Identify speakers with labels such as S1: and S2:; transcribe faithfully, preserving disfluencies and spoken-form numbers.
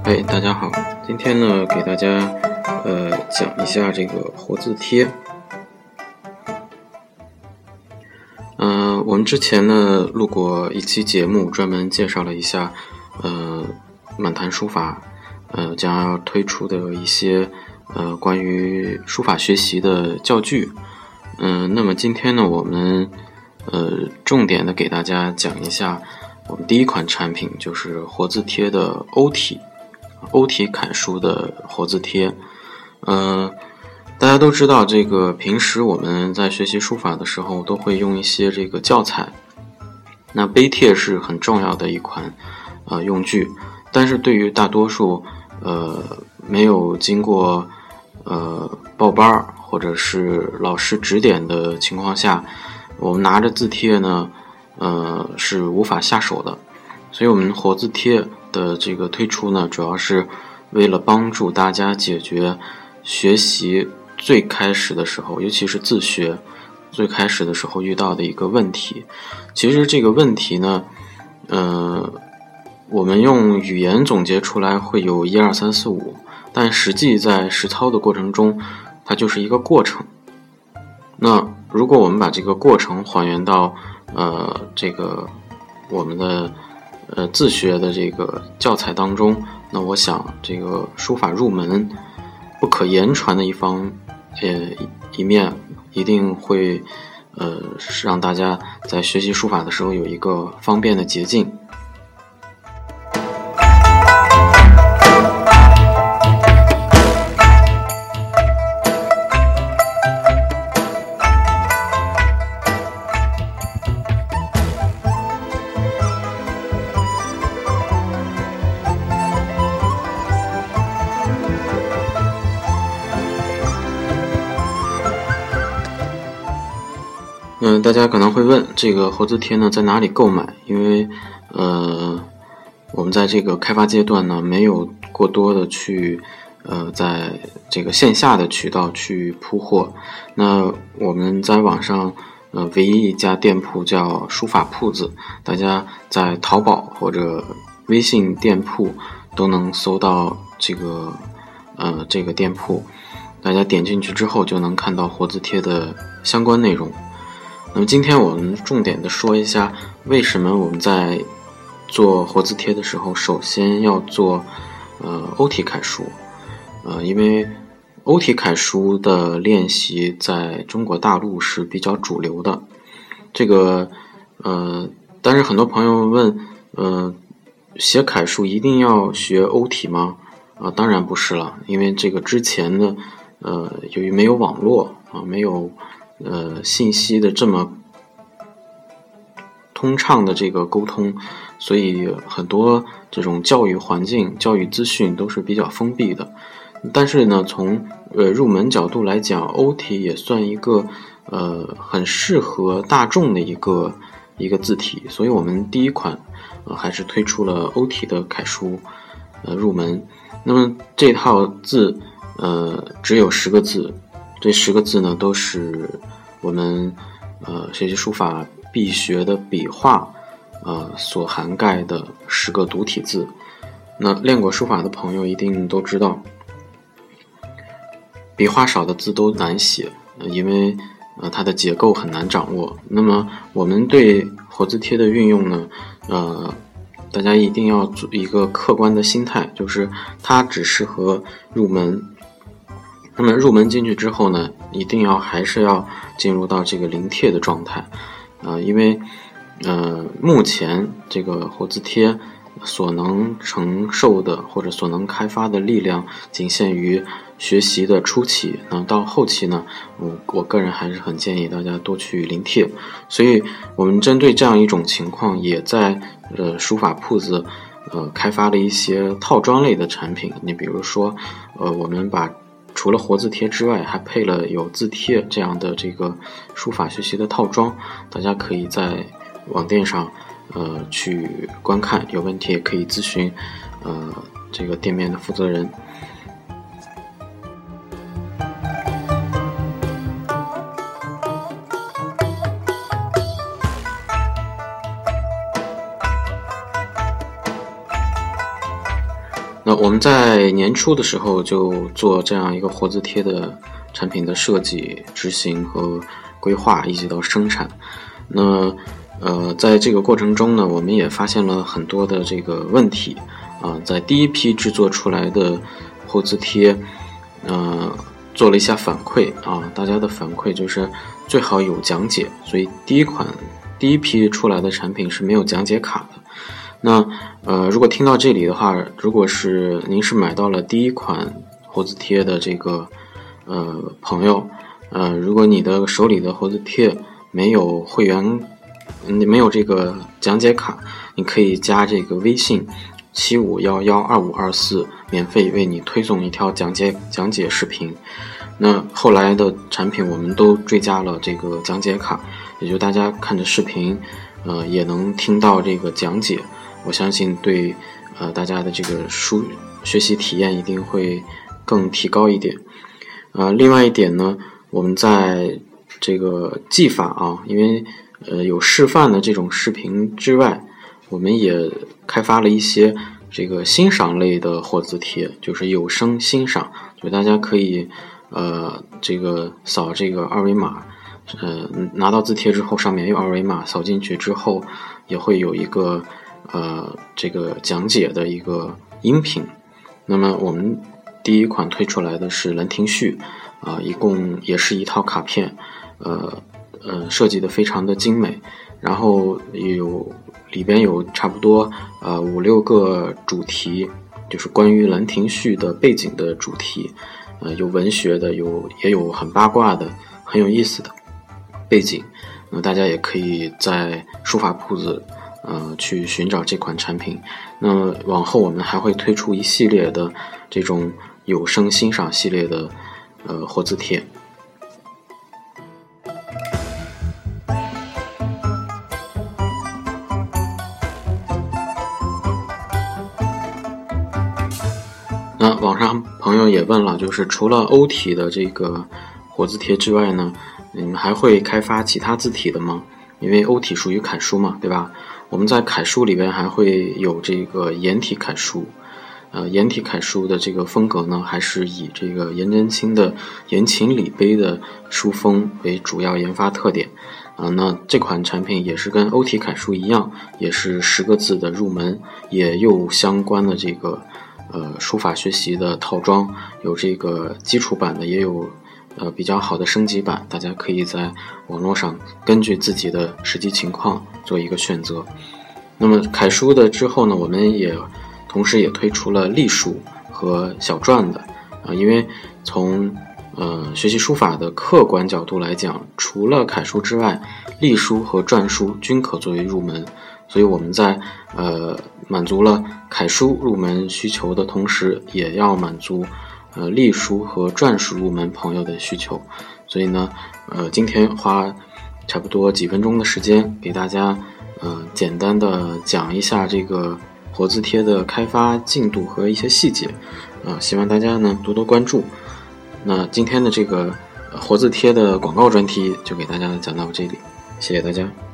S1: 哎，大家好，今天呢给大家呃讲一下这个活字贴。嗯、呃，我们之前呢录过一期节目，专门介绍了一下呃满谈书法呃将要推出的一些呃关于书法学习的教具。嗯、呃，那么今天呢我们呃重点的给大家讲一下我们第一款产品，就是活字贴的欧体。欧体楷书的活字贴。呃，大家都知道，这个平时我们在学习书法的时候都会用一些这个教材，那碑帖是很重要的一款呃用具，但是对于大多数呃没有经过呃报班或者是老师指点的情况下，我们拿着字帖呢呃是无法下手的。所以我们活字贴的这个推出呢，主要是为了帮助大家解决学习最开始的时候，尤其是自学最开始的时候遇到的一个问题。其实这个问题呢呃，我们用语言总结出来会有一二三四五，但实际在实操的过程中它就是一个过程。那如果我们把这个过程还原到呃这个我们的呃，自学的这个教材当中，那我想这个书法入门不可言传的一方呃一面，一定会呃让大家在学习书法的时候有一个方便的捷径。嗯，大家可能会问，这个活字贴呢在哪里购买？因为呃，我们在这个开发阶段呢，没有过多的去呃，在这个线下的渠道去铺货。那我们在网上呃，唯一一家店铺叫书法铺子，大家在淘宝或者微信店铺都能搜到这个呃这个店铺，大家点进去之后就能看到活字贴的相关内容。那么今天我们重点的说一下，为什么我们在做活字贴的时候，首先要做呃欧体楷书。呃，因为欧体楷书的练习在中国大陆是比较主流的。这个呃，但是很多朋友问，呃，写楷书一定要学欧体吗？啊、呃，当然不是了，因为这个之前的呃，由于没有网络啊、呃，没有。呃，信息的这么通畅的这个沟通，所以很多这种教育环境、教育资讯都是比较封闭的。但是呢，从呃入门角度来讲，欧体也算一个呃很适合大众的一个一个字体，所以我们第一款呃还是推出了欧体的楷书呃入门。那么这套字呃只有十个字。这十个字呢，都是我们呃学习书法必学的笔画呃所涵盖的十个独体字。那练过书法的朋友一定都知道，笔画少的字都难写，呃、因为呃它的结构很难掌握。那么我们对活字贴的运用呢，呃，大家一定要做一个客观的心态，就是它只适合入门。那么入门进去之后呢，一定要还是要进入到这个临帖的状态，呃，因为呃目前这个活字贴所能承受的或者所能开发的力量仅限于学习的初期，那到后期呢，我我个人还是很建议大家多去临帖。所以我们针对这样一种情况，也在呃书法铺子呃开发了一些套装类的产品。你比如说呃我们把除了活字贴之外，还配了有字帖这样的这个书法学习的套装，大家可以在网店上呃去观看，有问题也可以咨询呃这个店面的负责人。那呃，我们在年初的时候就做这样一个活字贴的产品的设计、执行和规划，一直到生产。那呃，在这个过程中呢，我们也发现了很多的这个问题啊、呃。在第一批制作出来的活字贴，呃，做了一下反馈啊，大家的反馈就是最好有讲解，所以第一款第一批出来的产品是没有讲解卡的。那呃，如果听到这里的话，如果是您是买到了第一款活字贴的这个呃朋友，呃，如果你的手里的活字贴没有会员，没有这个讲解卡，你可以加这个微信七五一一二五二四，免费为你推送一条讲解讲解视频。那后来的产品我们都追加了这个讲解卡，也就大家看着视频，呃，也能听到这个讲解。我相信对呃大家的这个书学习体验一定会更提高一点。呃，另外一点呢，我们在这个技法啊，因为呃有示范的这种视频之外，我们也开发了一些这个欣赏类的活字贴，就是有声欣赏，就大家可以呃这个扫这个二维码，呃拿到字贴之后，上面有二维码，扫进去之后也会有一个呃这个讲解的一个音频。那么我们第一款推出来的是《兰亭序》啊、呃，一共也是一套卡片，呃呃设计的非常的精美，然后有里边有差不多呃五六个主题，就是关于《兰亭序》的背景的主题，呃有文学的，有也有很八卦的，很有意思的背景。那、呃、大家也可以在书法铺子呃，去寻找这款产品。那么往后我们还会推出一系列的这种有声欣赏系列的呃活字贴。那网上朋友也问了，就是除了欧体的这个活字贴之外呢，你们还会开发其他字体的吗？因为欧体属于楷书嘛，对吧？我们在楷书里边还会有这个颜体楷书，呃，颜体楷书的这个风格呢，还是以这个颜真卿的颜秦礼碑的书风为主要研发特点啊、呃。那这款产品也是跟欧体楷书一样，也是十个字的入门，也有相关的这个呃书法学习的套装，有这个基础版的，也有呃比较好的升级版，大家可以在网络上根据自己的实际情况做一个选择。那么楷书的之后呢，我们也同时也推出了隶书和小篆的啊、呃，因为从呃学习书法的客观角度来讲，除了楷书之外，隶书和篆书均可作为入门，所以我们在呃满足了楷书入门需求的同时，也要满足呃隶书和篆书入门朋友的需求。所以呢呃今天花差不多几分钟的时间给大家呃简单的讲一下这个活字贴的开发进度和一些细节，呃希望大家呢多多关注。那今天的这个活字贴的广告专题就给大家讲到这里，谢谢大家。